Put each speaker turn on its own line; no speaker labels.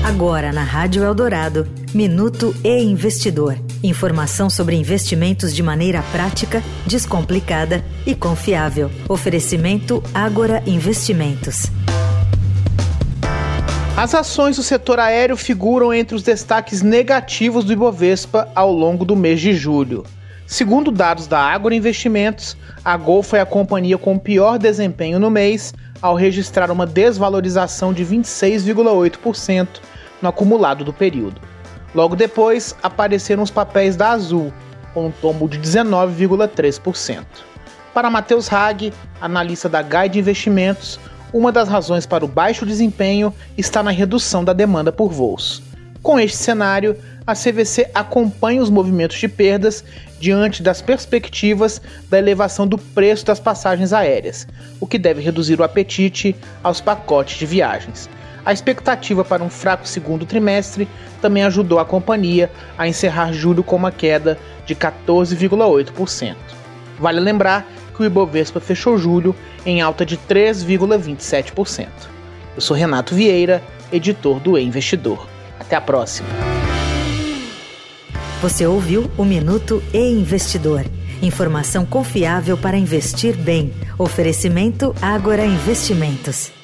Agora na Rádio Eldorado, Minuto e-Investidor. Informação sobre investimentos de maneira prática, descomplicada e confiável. Oferecimento Ágora Investimentos.
As ações do setor aéreo figuram entre os destaques negativos do Ibovespa ao longo do mês de julho. Segundo dados da Ágora Investimentos, a Gol foi a companhia com pior desempenho no mês, ao registrar uma desvalorização de 26,8% no acumulado do período. Logo depois, apareceram os papéis da Azul, com um tombo de 19,3%. Para Matheus Hag, analista da Guide Investimentos, uma das razões para o baixo desempenho está na redução da demanda por voos. Com este cenário, a CVC acompanha os movimentos de perdas diante das perspectivas da elevação do preço das passagens aéreas, o que deve reduzir o apetite aos pacotes de viagens. A expectativa para um fraco segundo trimestre também ajudou a companhia a encerrar julho com uma queda de 14,8%. Vale lembrar que o Ibovespa fechou julho em alta de 3,27%. Eu sou Renato Vieira, editor do E-Investidor. Até a próxima.
Você ouviu o Minuto e-Investidor. Informação confiável para investir bem. Oferecimento Ágora Investimentos.